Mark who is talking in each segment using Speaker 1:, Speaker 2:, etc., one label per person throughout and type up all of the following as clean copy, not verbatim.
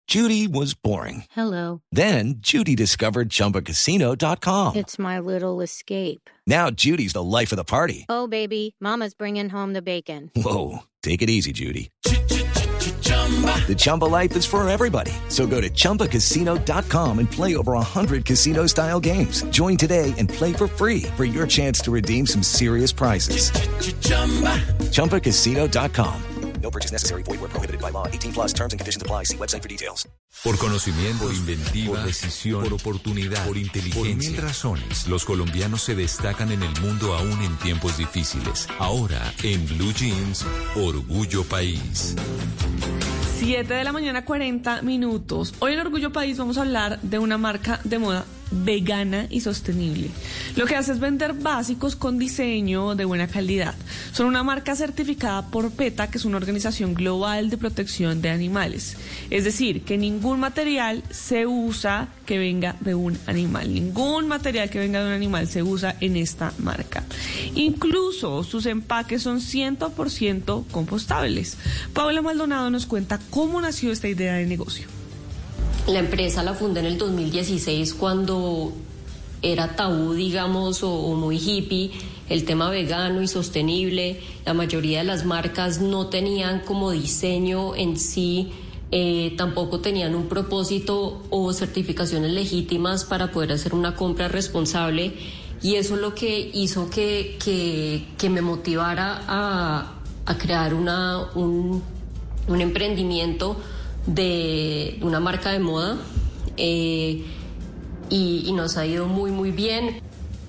Speaker 1: Judy was boring.
Speaker 2: Hello.
Speaker 1: Then Judy discovered ChumbaCasino.com.
Speaker 2: It's my little escape.
Speaker 1: Now Judy's the life of the party.
Speaker 2: Oh, baby, mama's bringing home the bacon.
Speaker 1: Whoa, take it easy, Judy. The Chumba life is for everybody. So go to ChumbaCasino.com and play over 100 casino-style games. Join today and play for free for your chance to redeem some serious prizes. ChumbaCasino.com. No purchase necessary. Void where prohibited by law. 18 plus terms and conditions apply. See website for details.
Speaker 3: Por conocimiento, por inventiva, por decisión, por oportunidad, por inteligencia. Por 1000 razones, los colombianos se destacan en el mundo aún en tiempos difíciles. Ahora, en Blue Jeans, Orgullo País.
Speaker 4: 7:40 a.m. Hoy en Orgullo País vamos a hablar de una marca de moda vegana y sostenible. Lo que hace es vender básicos con diseño de buena calidad. Son una marca certificada por PETA, que es una organización global de protección de animales. Es decir, que ningún material se usa que venga de un animal. Ningún material que venga de un animal se usa en esta marca. Incluso sus empaques son 100% compostables. Paula Maldonado nos cuenta cómo nació esta idea de negocio.
Speaker 5: La empresa la fundé en el 2016 cuando era tabú, digamos, o muy hippie el tema vegano y sostenible. La mayoría de las marcas no tenían como diseño en sí, tampoco tenían un propósito o certificaciones legítimas para poder hacer una compra responsable, y eso es lo que hizo que me motivara a crear un emprendimiento de una marca de moda, y nos ha ido muy muy bien.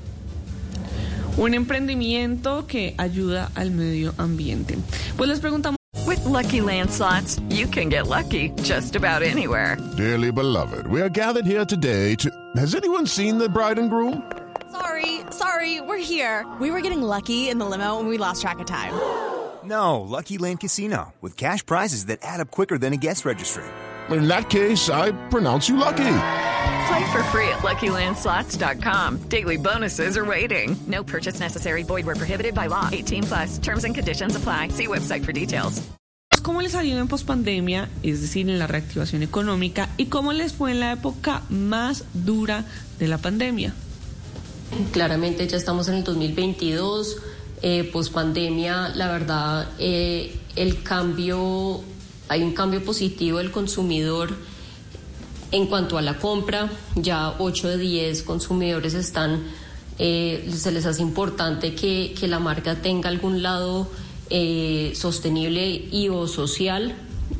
Speaker 4: Un emprendimiento que ayuda al medio ambiente. Pues les preguntamos.
Speaker 6: With Lucky Land Slots, you can get lucky just about anywhere.
Speaker 7: Dearly beloved, we are gathered here today to... Has anyone seen the bride and groom?
Speaker 8: Sorry, we're here. We were getting lucky in the limo and we lost track of time.
Speaker 9: No, Lucky Land Casino, with cash prizes that add up quicker than a guest registry.
Speaker 7: In that case, I pronounce you lucky.
Speaker 6: Play for free at LuckyLandSlots.com. Daily bonuses are waiting. No purchase necessary. Void where prohibited by law. 18 plus. Terms and conditions apply. See website for details.
Speaker 4: ¿Cómo les ha ido en pospandemia, es decir, en la reactivación económica, y cómo les fue en la época más dura de la pandemia?
Speaker 5: Claramente ya estamos en el 2022. Pospandemia, la verdad, hay un cambio positivo del consumidor en cuanto a la compra. Ya 8 de 10 consumidores se les hace importante que la marca tenga algún lado sostenible y o social,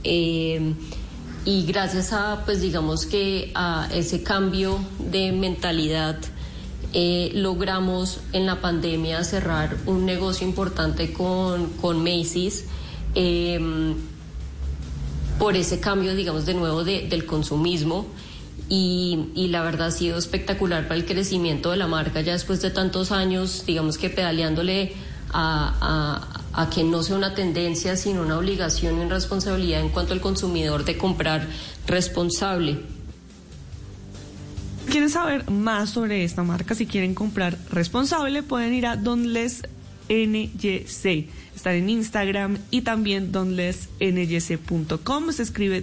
Speaker 5: y gracias a, pues digamos que a ese cambio de mentalidad, logramos en la pandemia cerrar un negocio importante con Macy's, por ese cambio, digamos, de nuevo del consumismo, y la verdad ha sido espectacular para el crecimiento de la marca ya después de tantos años, digamos que pedaleándole a que no sea una tendencia sino una obligación y una responsabilidad en cuanto al consumidor de comprar responsable.
Speaker 4: ¿Quieren saber más sobre esta marca? Si quieren comprar responsable, pueden ir a Donless NYC. Están en Instagram y también donlessnyc.com. Se escribe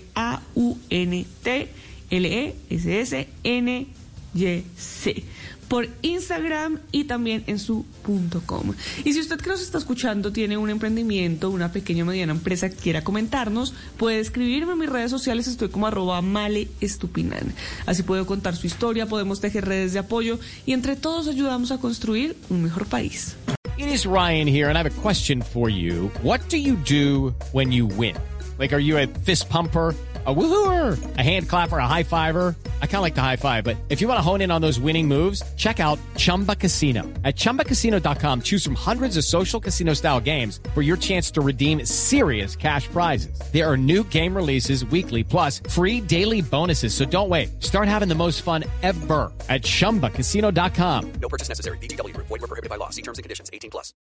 Speaker 4: DAUNTLESSNYC por Instagram y también en su .com. Y si usted que nos está escuchando tiene un emprendimiento, una pequeña o mediana empresa que quiera comentarnos, puede escribirme en mis redes sociales. Estoy como @maleestupinan. Así puedo contar su historia, podemos tejer redes de apoyo y entre todos ayudamos a construir un mejor país.
Speaker 10: It is Ryan here, and I have a question for you. What do you do when you win? Like, are you a fist pumper, a woohooer, a hand clapper, a high fiver? I kind of like the high five, but if you want to hone in on those winning moves, check out Chumba Casino. At ChumbaCasino.com, choose from hundreds of social casino-style games for your chance to redeem serious cash prizes. There are new game releases weekly, plus free daily bonuses, so don't wait. Start having the most fun ever at ChumbaCasino.com.
Speaker 1: No purchase necessary. VGW Group. Void where prohibited by law. See terms and conditions. 18 plus.